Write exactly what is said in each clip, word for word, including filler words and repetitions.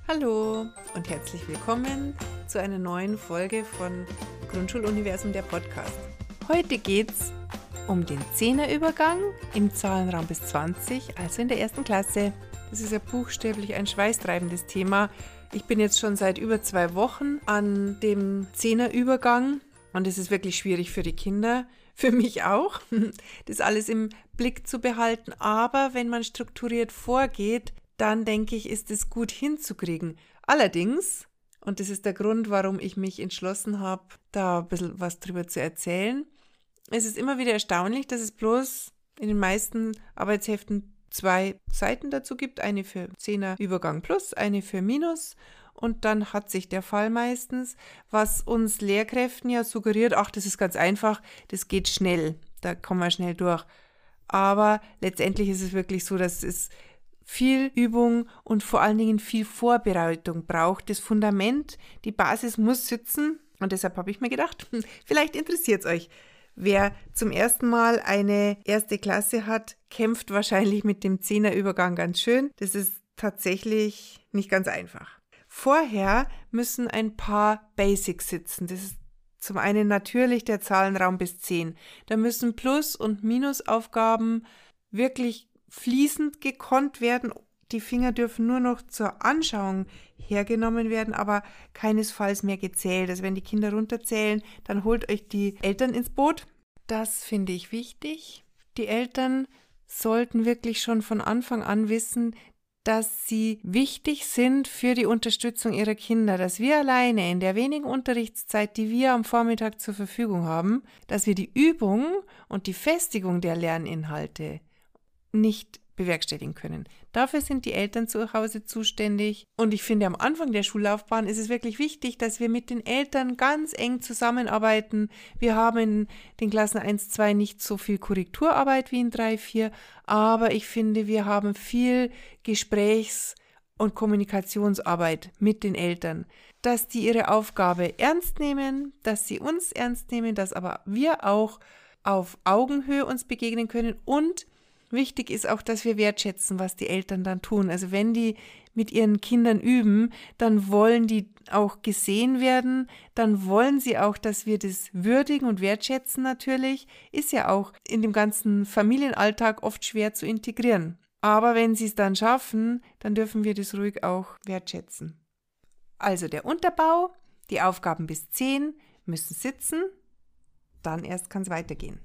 Hallo und herzlich willkommen zu einer neuen Folge von Grundschuluniversum, der Podcast. Heute geht's um den Zehnerübergang im Zahlenraum bis zwanzig, also in der ersten Klasse. Das ist ja buchstäblich ein schweißtreibendes Thema. Ich bin jetzt schon seit über zwei Wochen an dem Zehnerübergang und es ist wirklich schwierig für die Kinder, für mich auch, das alles im Blick zu behalten. Aber wenn man strukturiert vorgeht, dann denke ich, ist es gut hinzukriegen. Allerdings, und das ist der Grund, warum ich mich entschlossen habe, da ein bisschen was drüber zu erzählen, es ist immer wieder erstaunlich, dass es bloß in den meisten Arbeitsheften zwei Seiten dazu gibt, eine für Zehnerübergang plus, eine für Minus. Und dann hat sich der Fall meistens, was uns Lehrkräften ja suggeriert, ach, das ist ganz einfach, das geht schnell, da kommen wir schnell durch. Aber letztendlich ist es wirklich so, dass es viel Übung und vor allen Dingen viel Vorbereitung braucht. Das Fundament, die Basis muss sitzen und deshalb habe ich mir gedacht, vielleicht interessiert es euch. Wer zum ersten Mal eine erste Klasse hat, kämpft wahrscheinlich mit dem Zehnerübergang ganz schön. Das ist tatsächlich nicht ganz einfach. Vorher müssen ein paar Basics sitzen. Das ist zum einen natürlich der Zahlenraum bis zehn. Da müssen Plus- und Minusaufgaben wirklich fließend gekonnt werden. Die Finger dürfen nur noch zur Anschauung hergenommen werden, aber keinesfalls mehr gezählt. Also wenn die Kinder runterzählen, dann holt euch die Eltern ins Boot. Das finde ich wichtig. Die Eltern sollten wirklich schon von Anfang an wissen, dass sie wichtig sind für die Unterstützung ihrer Kinder, dass wir alleine in der wenigen Unterrichtszeit, die wir am Vormittag zur Verfügung haben, dass wir die Übung und die Festigung der Lerninhalte nicht bewerkstelligen können. Dafür sind die Eltern zu Hause zuständig. Und ich finde, am Anfang der Schullaufbahn ist es wirklich wichtig, dass wir mit den Eltern ganz eng zusammenarbeiten. Wir haben in den Klassen eins, zwei nicht so viel Korrekturarbeit wie in drei, vier, aber ich finde, wir haben viel Gesprächs- und Kommunikationsarbeit mit den Eltern, dass die ihre Aufgabe ernst nehmen, dass sie uns ernst nehmen, dass aber wir auch auf Augenhöhe uns begegnen können und wichtig ist auch, dass wir wertschätzen, was die Eltern dann tun. Also wenn die mit ihren Kindern üben, dann wollen die auch gesehen werden, dann wollen sie auch, dass wir das würdigen und wertschätzen natürlich. Ist ja auch in dem ganzen Familienalltag oft schwer zu integrieren. Aber wenn sie es dann schaffen, dann dürfen wir das ruhig auch wertschätzen. Also der Unterbau, die Aufgaben bis zehn müssen sitzen, dann erst kann es weitergehen.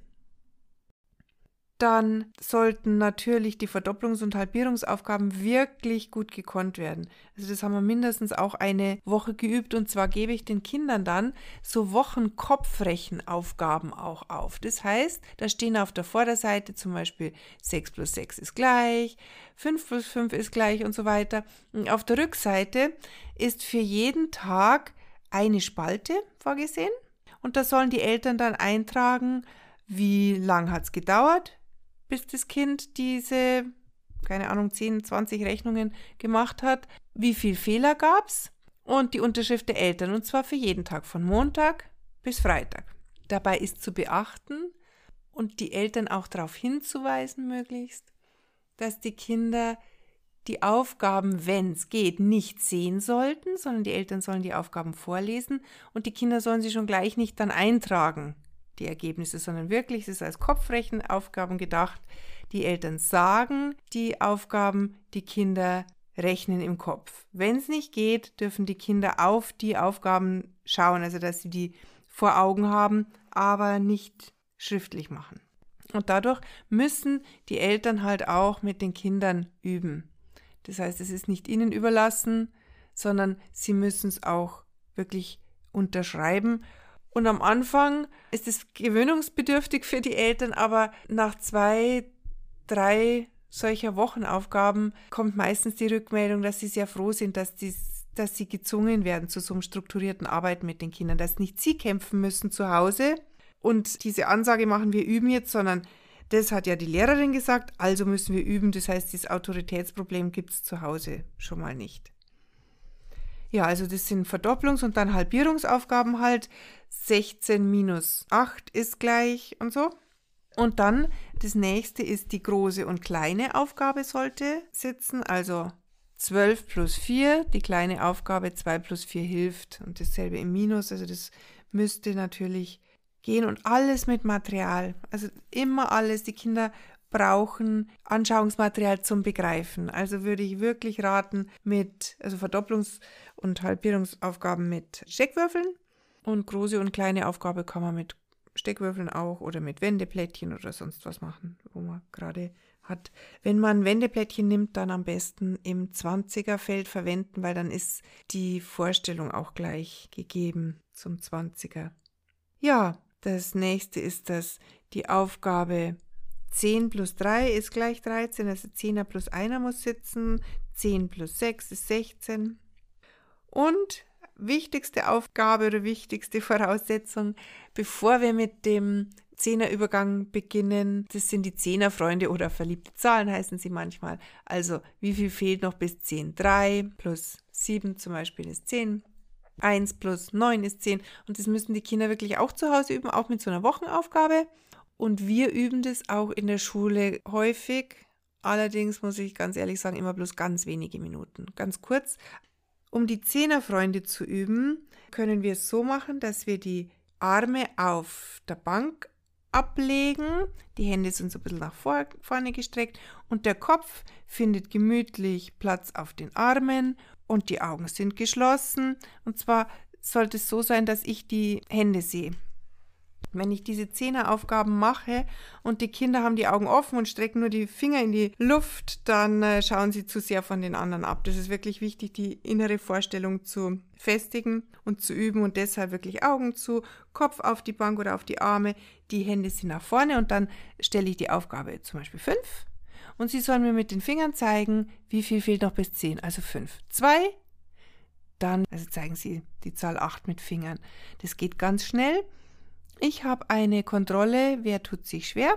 Dann sollten natürlich die Verdopplungs- und Halbierungsaufgaben wirklich gut gekonnt werden. Also das haben wir mindestens auch eine Woche geübt und zwar gebe ich den Kindern dann so Wochenkopfrechenaufgaben auch auf. Das heißt, da stehen auf der Vorderseite zum Beispiel sechs plus sechs ist gleich, fünf plus fünf ist gleich und so weiter. Und auf der Rückseite ist für jeden Tag eine Spalte vorgesehen und da sollen die Eltern dann eintragen, wie lang hat es gedauert, bis das Kind diese, keine Ahnung, zehn, zwanzig Rechnungen gemacht hat, wie viel Fehler gab es und die Unterschrift der Eltern und zwar für jeden Tag von Montag bis Freitag. Dabei ist zu beachten und die Eltern auch darauf hinzuweisen möglichst, dass die Kinder die Aufgaben, wenn es geht, nicht sehen sollten, sondern die Eltern sollen die Aufgaben vorlesen und die Kinder sollen sie schon gleich nicht dann eintragen, die Ergebnisse, sondern wirklich, es ist als Kopfrechenaufgaben gedacht. Die Eltern sagen die Aufgaben, die Kinder rechnen im Kopf. Wenn es nicht geht, dürfen die Kinder auf die Aufgaben schauen, also dass sie die vor Augen haben, aber nicht schriftlich machen. Und dadurch müssen die Eltern halt auch mit den Kindern üben. Das heißt, es ist nicht ihnen überlassen, sondern sie müssen es auch wirklich unterschreiben. Und am Anfang ist es gewöhnungsbedürftig für die Eltern, aber nach zwei, drei solcher Wochenaufgaben kommt meistens die Rückmeldung, dass sie sehr froh sind, dass, die, dass sie gezwungen werden zu so einem strukturierten Arbeiten mit den Kindern, dass nicht sie kämpfen müssen zu Hause und diese Ansage machen, wir üben jetzt, sondern das hat ja die Lehrerin gesagt, also müssen wir üben. Das heißt, dieses Autoritätsproblem gibt es zu Hause schon mal nicht. Ja, also das sind Verdopplungs- und dann Halbierungsaufgaben halt. sechzehn minus acht ist gleich und so. Und dann das nächste ist die große und kleine Aufgabe sollte sitzen, also zwölf plus vier, die kleine Aufgabe zwei plus vier hilft und dasselbe im Minus, also das müsste natürlich gehen und alles mit Material, also immer alles, die Kinder brauchen Anschauungsmaterial zum Begreifen, also würde ich wirklich raten mit, also Verdopplungs- und Halbierungsaufgaben mit Steckwürfeln und große und kleine Aufgabe kann man mit Steckwürfeln auch oder mit Wendeplättchen oder sonst was machen, wo man gerade hat. Wenn man Wendeplättchen nimmt, dann am besten im zwanziger-Feld verwenden, weil dann ist die Vorstellung auch gleich gegeben zum zwanziger. Ja, das nächste ist das, die Aufgabe zehn plus drei ist gleich dreizehn, also zehner plus einer muss sitzen, zehn plus sechs ist sechzehn. Und wichtigste Aufgabe oder wichtigste Voraussetzung, bevor wir mit dem Zehnerübergang beginnen, das sind die Zehnerfreunde oder verliebte Zahlen heißen sie manchmal. Also wie viel fehlt noch bis zehn? drei plus sieben zum Beispiel ist zehn. eins plus neun ist zehn. Und das müssen die Kinder wirklich auch zu Hause üben, auch mit so einer Wochenaufgabe. Und wir üben das auch in der Schule häufig. Allerdings muss ich ganz ehrlich sagen, immer bloß ganz wenige Minuten. Ganz kurz. Um die Zehnerfreunde zu üben, können wir es so machen, dass wir die Arme auf der Bank ablegen, die Hände sind so ein bisschen nach vor, vorne gestreckt und der Kopf findet gemütlich Platz auf den Armen und die Augen sind geschlossen. Und zwar sollte es so sein, dass ich die Hände sehe. Wenn ich diese Zehneraufgaben mache und die Kinder haben die Augen offen und strecken nur die Finger in die Luft, dann äh, schauen sie zu sehr von den anderen ab. Das ist wirklich wichtig, die innere Vorstellung zu festigen und zu üben und deshalb wirklich Augen zu, Kopf auf die Bank oder auf die Arme, die Hände sind nach vorne und dann stelle ich die Aufgabe zum Beispiel fünf und sie sollen mir mit den Fingern zeigen, wie viel fehlt noch bis zehn, also fünf. zwei, dann also zeigen sie die Zahl acht mit Fingern. Das geht ganz schnell. Ich habe eine Kontrolle, wer tut sich schwer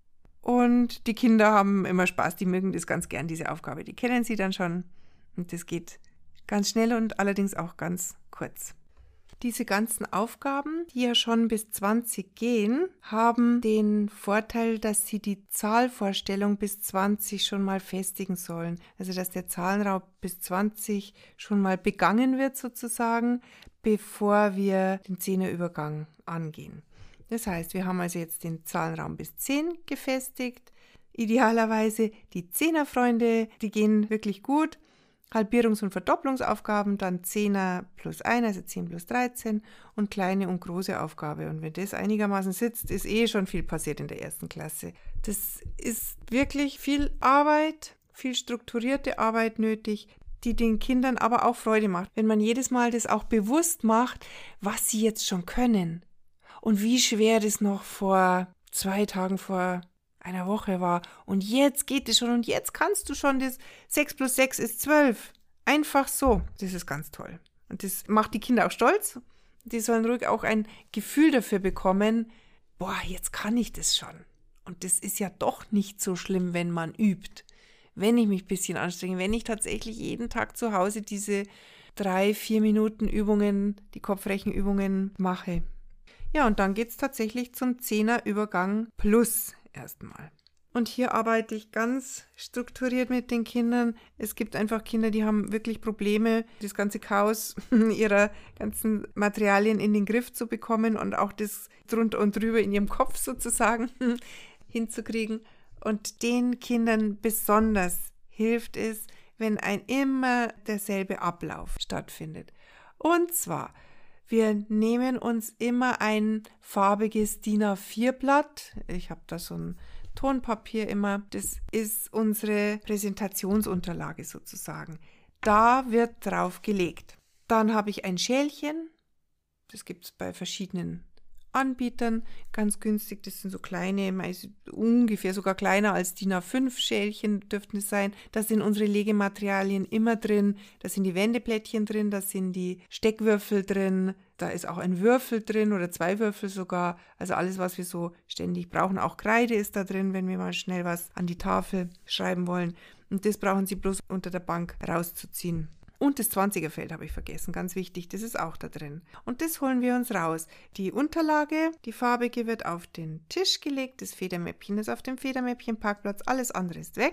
und die Kinder haben immer Spaß, die mögen das ganz gern, diese Aufgabe, die kennen sie dann schon und das geht ganz schnell und allerdings auch ganz kurz. Diese ganzen Aufgaben, die ja schon bis zwanzig gehen, haben den Vorteil, dass sie die Zahlvorstellung bis zwanzig schon mal festigen sollen, also dass der Zahlenraum bis zwanzig schon mal begangen wird sozusagen, bevor wir den Zehnerübergang angehen. Das heißt, wir haben also jetzt den Zahlenraum bis zehn gefestigt. Idealerweise die Zehnerfreunde, die gehen wirklich gut. Halbierungs- und Verdopplungsaufgaben, dann Zehner plus eins, also zehn plus dreizehn und kleine und große Aufgabe. Und wenn das einigermaßen sitzt, ist eh schon viel passiert in der ersten Klasse. Das ist wirklich viel Arbeit, viel strukturierte Arbeit nötig, die den Kindern aber auch Freude macht. Wenn man jedes Mal das auch bewusst macht, was sie jetzt schon können und wie schwer das noch vor zwei Tagen, vor einer Woche war und jetzt geht es schon und jetzt kannst du schon das sechs plus sechs ist zwölf. Einfach so. Das ist ganz toll. Und das macht die Kinder auch stolz. Die sollen ruhig auch ein Gefühl dafür bekommen, boah, jetzt kann ich das schon. Und das ist ja doch nicht so schlimm, wenn man übt. Wenn ich mich ein bisschen anstrenge, wenn ich tatsächlich jeden Tag zu Hause diese drei, vier Minuten Übungen, die Kopfrechenübungen mache. Ja, und dann geht es tatsächlich zum Zehnerübergang plus erstmal. Und hier arbeite ich ganz strukturiert mit den Kindern. Es gibt einfach Kinder, die haben wirklich Probleme, das ganze Chaos ihrer ganzen Materialien in den Griff zu bekommen und auch das drunter und drüber in ihrem Kopf sozusagen hinzukriegen. Und den Kindern besonders hilft es, wenn ein immer derselbe Ablauf stattfindet. Und zwar, wir nehmen uns immer ein farbiges D I N A vier Blatt. Ich habe da so ein Tonpapier immer. Das ist unsere Präsentationsunterlage sozusagen. Da wird drauf gelegt. Dann habe ich ein Schälchen. Das gibt es bei verschiedenen Anbietern, ganz günstig, das sind so kleine, meist ungefähr sogar kleiner als D I N A fünf Schälchen dürften es sein. Da sind unsere Legematerialien immer drin, da sind die Wendeplättchen drin, da sind die Steckwürfel drin, da ist auch ein Würfel drin oder zwei Würfel sogar, also alles, was wir so ständig brauchen. Auch Kreide ist da drin, wenn wir mal schnell was an die Tafel schreiben wollen. Und das brauchen Sie bloß unter der Bank rauszuziehen. Und das zwanziger-Feld habe ich vergessen, ganz wichtig, das ist auch da drin. Und das holen wir uns raus. Die Unterlage, die farbige, wird auf den Tisch gelegt, das Federmäppchen ist auf dem Federmäppchen-Parkplatz, alles andere ist weg.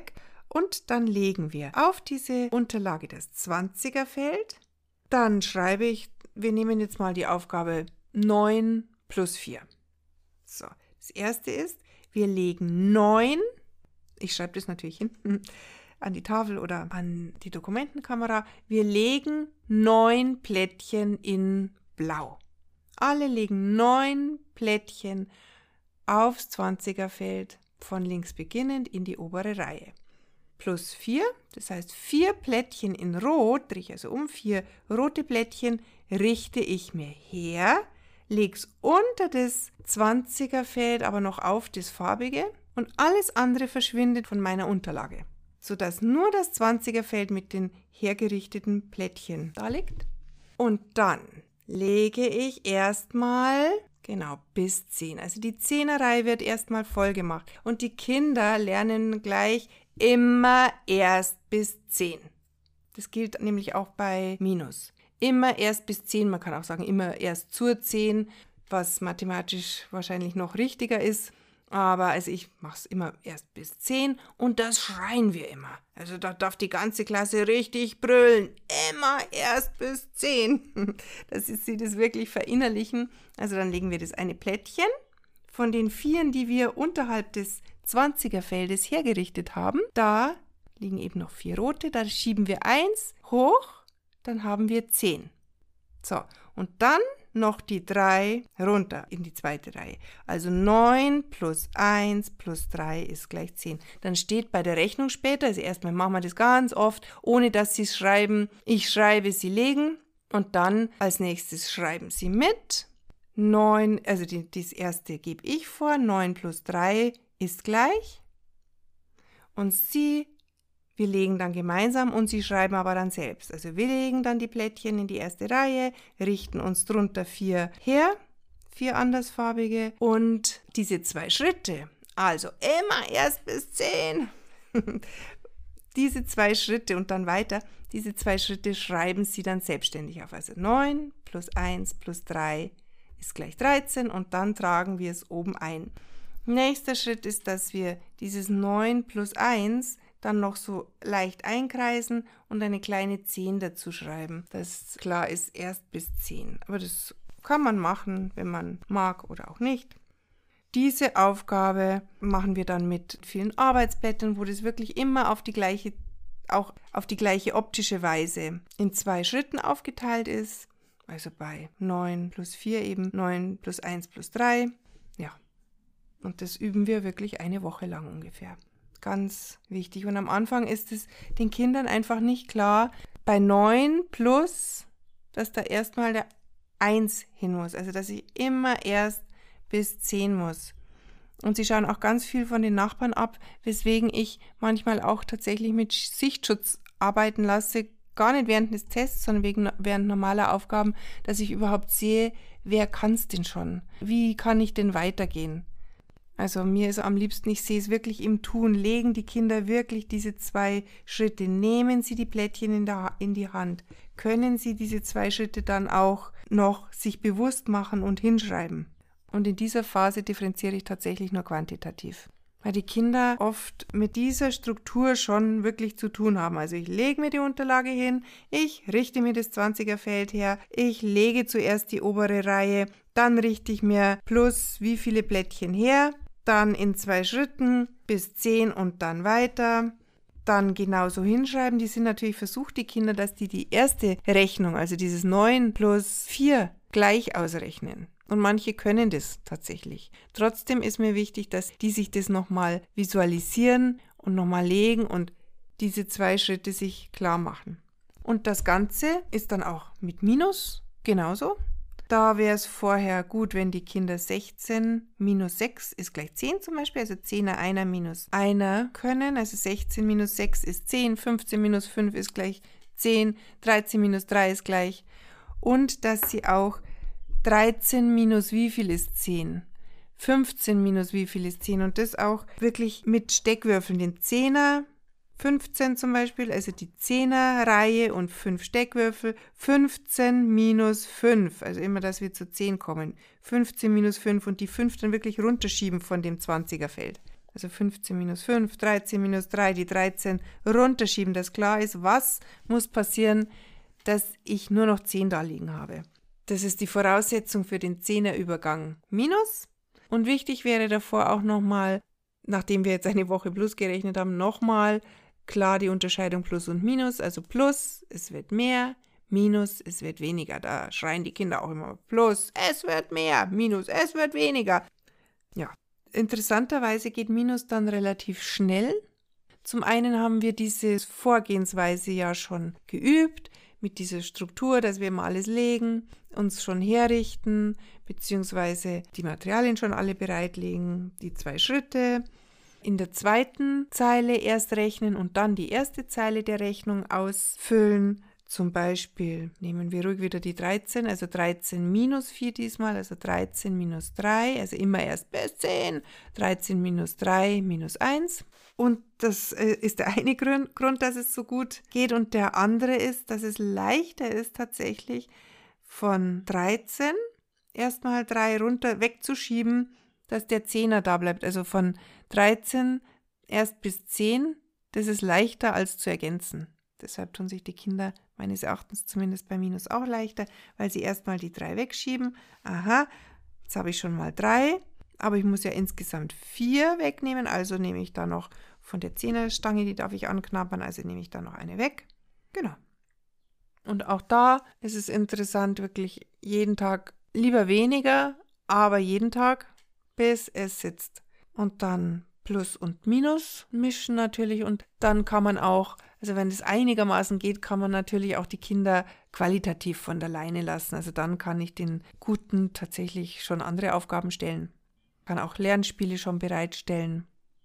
Und dann legen wir auf diese Unterlage das zwanziger-Feld. Dann schreibe ich, wir nehmen jetzt mal die Aufgabe neun plus vier. So, das erste ist, wir legen neun, ich schreibe das natürlich hinten an die Tafel oder an die Dokumentenkamera, wir legen neun Plättchen in Blau. Alle legen neun Plättchen aufs zwanziger-Feld von links beginnend in die obere Reihe. Plus vier, das heißt vier Plättchen in Rot, drehe ich also um, vier rote Plättchen richte ich mir her, lege es unter das zwanziger-Feld, aber noch auf das farbige und alles andere verschwindet von meiner Unterlage, sodass nur das zwanziger-Feld mit den hergerichteten Plättchen da liegt. Und dann lege ich erstmal, genau, bis zehn. Also die Zehnerreihe wird erstmal voll gemacht und die Kinder lernen gleich immer erst bis zehn. Das gilt nämlich auch bei Minus. Immer erst bis zehn, man kann auch sagen immer erst zur zehn, was mathematisch wahrscheinlich noch richtiger ist. Aber also ich mache es immer erst bis zehn und das schreien wir immer. Also da darf die ganze Klasse richtig brüllen. Immer erst bis zehn. Dass sie das wirklich verinnerlichen. Also dann legen wir das eine Plättchen von den Vieren, die wir unterhalb des zwanziger-Feldes hergerichtet haben. Da liegen eben noch vier rote. Da schieben wir eins hoch, dann haben wir zehn. So, und dann noch die drei runter in die zweite Reihe. Also neun plus eins plus drei ist gleich zehn. Dann steht bei der Rechnung später, also erstmal machen wir das ganz oft, ohne dass Sie es schreiben. Ich schreibe, Sie legen und dann als nächstes schreiben Sie mit. neun, also die, das erste gebe ich vor, neun plus drei ist gleich. Und Sie, wir legen dann gemeinsam und Sie schreiben aber dann selbst. Also wir legen dann die Plättchen in die erste Reihe, richten uns drunter vier her, vier andersfarbige und diese zwei Schritte, also immer erst bis zehn, diese zwei Schritte und dann weiter, diese zwei Schritte schreiben Sie dann selbstständig auf. Also neun plus eins plus drei ist gleich dreizehn und dann tragen wir es oben ein. Nächster Schritt ist, dass wir dieses neun plus eins dann noch so leicht einkreisen und eine kleine zehn dazu schreiben. Das klar ist erst bis zehn. Aber das kann man machen, wenn man mag oder auch nicht. Diese Aufgabe machen wir dann mit vielen Arbeitsblättern, wo das wirklich immer auf die gleiche, auch auf die gleiche optische Weise in zwei Schritten aufgeteilt ist. Also bei neun plus vier eben neun plus eins plus drei. Ja, und das üben wir wirklich eine Woche lang ungefähr. Ganz wichtig. Und am Anfang ist es den Kindern einfach nicht klar, bei neun plus, dass da erstmal der eins hin muss. Also, dass ich immer erst bis zehn muss. Und sie schauen auch ganz viel von den Nachbarn ab, weswegen ich manchmal auch tatsächlich mit Sichtschutz arbeiten lasse. Gar nicht während des Tests, sondern wegen, während normaler Aufgaben, dass ich überhaupt sehe, wer kann es denn schon? Wie kann ich denn weitergehen? Also mir ist am liebsten, ich sehe es wirklich im Tun, legen die Kinder wirklich diese zwei Schritte, nehmen sie die Plättchen in, der, in die Hand, können sie diese zwei Schritte dann auch noch sich bewusst machen und hinschreiben. Und in dieser Phase differenziere ich tatsächlich nur quantitativ, weil die Kinder oft mit dieser Struktur schon wirklich zu tun haben. Also ich lege mir die Unterlage hin, ich richte mir das zwanziger-Feld her, ich lege zuerst die obere Reihe, dann richte ich mir plus wie viele Plättchen her, dann in zwei Schritten bis zehn und dann weiter, dann genauso hinschreiben. Die sind natürlich versucht, die Kinder, dass die die erste Rechnung, also dieses neun plus vier, gleich ausrechnen. Und manche können das tatsächlich. Trotzdem ist mir wichtig, dass die sich das nochmal visualisieren und nochmal legen und diese zwei Schritte sich klar machen. Und das Ganze ist dann auch mit Minus genauso. Da wäre es vorher gut, wenn die Kinder sechzehn minus sechs ist gleich zehn zum Beispiel, also zehner, einer minus einer können. Also sechzehn minus sechs ist zehn, fünfzehn minus fünf ist gleich zehn, dreizehn minus drei ist gleich. Und dass sie auch dreizehn minus wie viel ist zehn? fünfzehn minus wie viel ist zehn? Und das auch wirklich mit Steckwürfeln, den Zehner, fünfzehn zum Beispiel, also die Zehner-Reihe und fünf Steckwürfel, fünfzehn minus fünf, also immer, dass wir zu zehn kommen, fünfzehn minus fünf und die fünf dann wirklich runterschieben von dem zwanziger-Feld. Also fünfzehn minus fünf, dreizehn minus drei, die dreizehn runterschieben, dass klar ist, was muss passieren, dass ich nur noch zehn da liegen habe. Das ist die Voraussetzung für den Zehnerübergang minus. Und wichtig wäre davor auch nochmal, nachdem wir jetzt eine Woche plus gerechnet haben, nochmal klar die Unterscheidung plus und minus. Also plus, es wird mehr, minus, es wird weniger. Da schreien die Kinder auch immer plus, es wird mehr, minus, es wird weniger. Ja. Interessanterweise geht Minus dann relativ schnell. Zum einen haben wir diese Vorgehensweise ja schon geübt, mit dieser Struktur, dass wir immer alles legen, uns schon herrichten, beziehungsweise die Materialien schon alle bereitlegen, die zwei Schritte. In der zweiten Zeile erst rechnen und dann die erste Zeile der Rechnung ausfüllen. Zum Beispiel nehmen wir ruhig wieder die dreizehn, also dreizehn minus vier diesmal, also dreizehn minus drei, also immer erst bis zehn, dreizehn minus drei minus eins. Und das äh, ist der eine Grund, Grund, dass es so gut geht. Und der andere ist, dass es leichter ist, tatsächlich von dreizehn erstmal drei runter wegzuschieben, dass der Zehner da bleibt. Also von dreizehn erst bis zehn, das ist leichter als zu ergänzen. Deshalb tun sich die Kinder meines Erachtens zumindest bei Minus auch leichter, weil sie erstmal die drei wegschieben. Aha, jetzt habe ich schon mal drei, aber ich muss ja insgesamt vier wegnehmen, also nehme ich da noch von der Zehnerstange, die darf ich anknabbern, also nehme ich da noch eine weg. Genau. Und auch da ist es interessant, wirklich jeden Tag lieber weniger, aber jeden Tag, bis es sitzt. Und dann Plus und Minus mischen natürlich und dann kann man auch, also wenn es einigermaßen geht, kann man natürlich auch die Kinder qualitativ von der Leine lassen. Also dann kann ich den Guten tatsächlich schon andere Aufgaben stellen. Kann auch Lernspiele schon bereitstellen.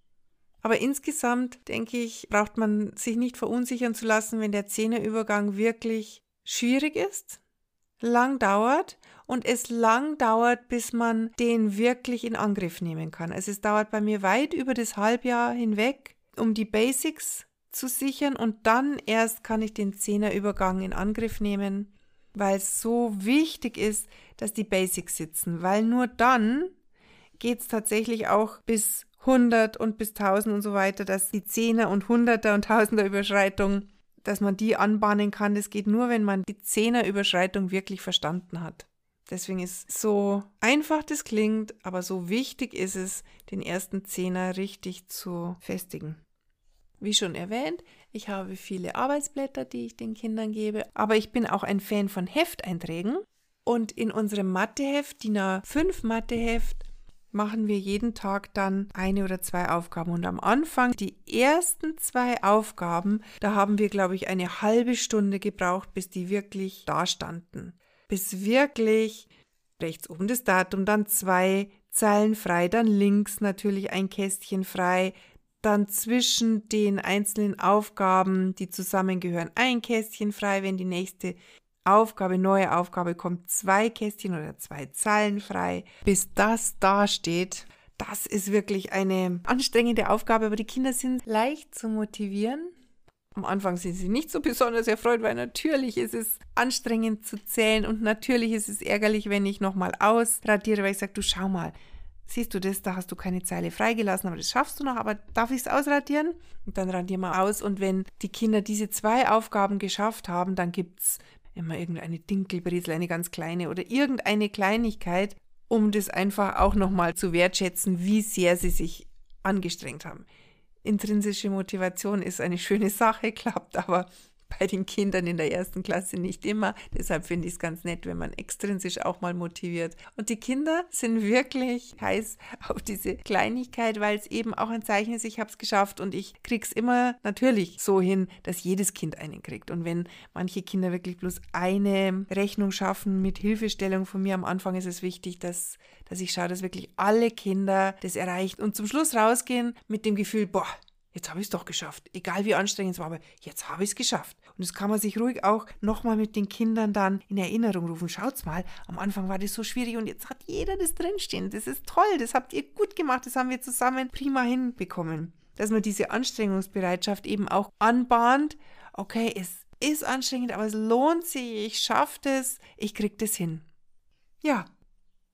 Aber insgesamt, denke ich, braucht man sich nicht verunsichern zu lassen, wenn der Zehnerübergang wirklich schwierig ist, lang dauert und es lang dauert, bis man den wirklich in Angriff nehmen kann. Also es dauert bei mir weit über das Halbjahr hinweg, um die Basics zu sichern und dann erst kann ich den Zehnerübergang in Angriff nehmen, weil es so wichtig ist, dass die Basics sitzen, weil nur dann geht es tatsächlich auch bis hundert und bis tausend und so weiter, dass die Zehner und Hunderter und Tausender Überschreitung, dass man die anbahnen kann. Das geht nur, wenn man die Zehner-Überschreitung wirklich verstanden hat. Deswegen ist so einfach das klingt, aber so wichtig ist es, den ersten Zehner richtig zu festigen. Wie schon erwähnt, ich habe viele Arbeitsblätter, die ich den Kindern gebe, aber ich bin auch ein Fan von Hefteinträgen. Und in unserem Matheheft, D I N A fünf Matheheft, machen wir jeden Tag dann eine oder zwei Aufgaben. Und am Anfang, die ersten zwei Aufgaben, da haben wir, glaube ich, eine halbe Stunde gebraucht, bis die wirklich da standen. Bis wirklich rechts oben das Datum, dann zwei Zeilen frei, dann links natürlich ein Kästchen frei, dann zwischen den einzelnen Aufgaben, die zusammengehören, ein Kästchen frei, wenn die nächste Aufgabe, neue Aufgabe kommt, zwei Kästchen oder zwei Zeilen frei, bis das dasteht. Das ist wirklich eine anstrengende Aufgabe, aber die Kinder sind leicht zu motivieren. Am Anfang sind sie nicht so besonders erfreut, weil natürlich ist es anstrengend zu zählen und natürlich ist es ärgerlich, wenn ich nochmal ausradiere, weil ich sage, du schau mal, siehst du das, da hast du keine Zeile freigelassen, aber das schaffst du noch, aber darf ich es ausradieren? Und dann radieren wir aus und wenn die Kinder diese zwei Aufgaben geschafft haben, dann gibt es immer irgendeine Dinkelbrezel, eine ganz kleine oder irgendeine Kleinigkeit, um das einfach auch nochmal zu wertschätzen, wie sehr sie sich angestrengt haben. Intrinsische Motivation ist eine schöne Sache, klappt aber bei den Kindern in der ersten Klasse nicht immer. Deshalb finde ich es ganz nett, wenn man extrinsisch auch mal motiviert. Und die Kinder sind wirklich heiß auf diese Kleinigkeit, weil es eben auch ein Zeichen ist, ich habe es geschafft und ich kriege es immer natürlich so hin, dass jedes Kind einen kriegt. Und wenn manche Kinder wirklich bloß eine Rechnung schaffen mit Hilfestellung von mir am Anfang, ist es wichtig, dass, dass ich schaue, dass wirklich alle Kinder das erreichen und zum Schluss rausgehen mit dem Gefühl, boah, jetzt habe ich es doch geschafft. Egal wie anstrengend es war, aber jetzt habe ich es geschafft. Und das kann man sich ruhig auch nochmal mit den Kindern dann in Erinnerung rufen. Schaut's mal, am Anfang war das so schwierig und jetzt hat jeder das drinstehen. Das ist toll, das habt ihr gut gemacht, das haben wir zusammen prima hinbekommen. Dass man diese Anstrengungsbereitschaft eben auch anbahnt. Okay, es ist anstrengend, aber es lohnt sich, ich schaffe das, ich kriege das hin. Ja,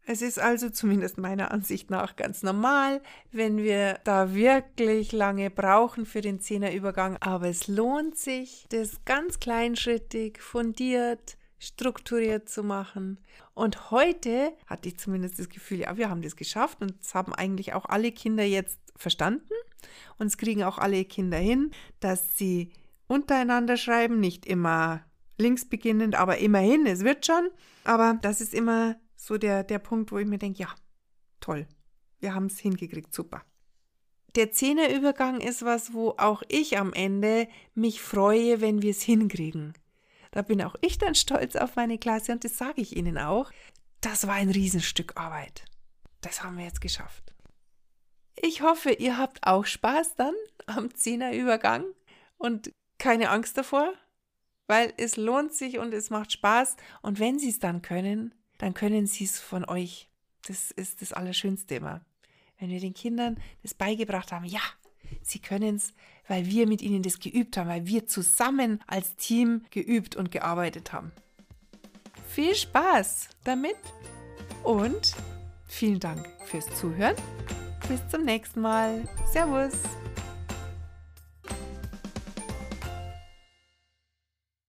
Es ist also zumindest meiner Ansicht nach ganz normal, wenn wir da wirklich lange brauchen für den Zehnerübergang. Aber es lohnt sich, das ganz kleinschrittig, fundiert, strukturiert zu machen. Und heute hatte ich zumindest das Gefühl, ja, wir haben das geschafft und es haben eigentlich auch alle Kinder jetzt verstanden. Und es kriegen auch alle Kinder hin, dass sie untereinander schreiben, nicht immer links beginnend, aber immerhin, es wird schon. Aber das ist immer so der, der Punkt, wo ich mir denke, ja, toll, wir haben es hingekriegt, super. Der Zehnerübergang ist was, wo auch ich am Ende mich freue, wenn wir es hinkriegen. Da bin auch ich dann stolz auf meine Klasse und das sage ich Ihnen auch. Das war ein Riesenstück Arbeit. Das haben wir jetzt geschafft. Ich hoffe, ihr habt auch Spaß dann am Zehnerübergang und keine Angst davor, weil es lohnt sich und es macht Spaß. Und wenn Sie es dann können, dann können Sie es von euch. Das ist das Allerschönste immer. Wenn wir den Kindern das beigebracht haben, ja, sie können es, weil wir mit ihnen das geübt haben, weil wir zusammen als Team geübt und gearbeitet haben. Viel Spaß damit und vielen Dank fürs Zuhören. Bis zum nächsten Mal. Servus.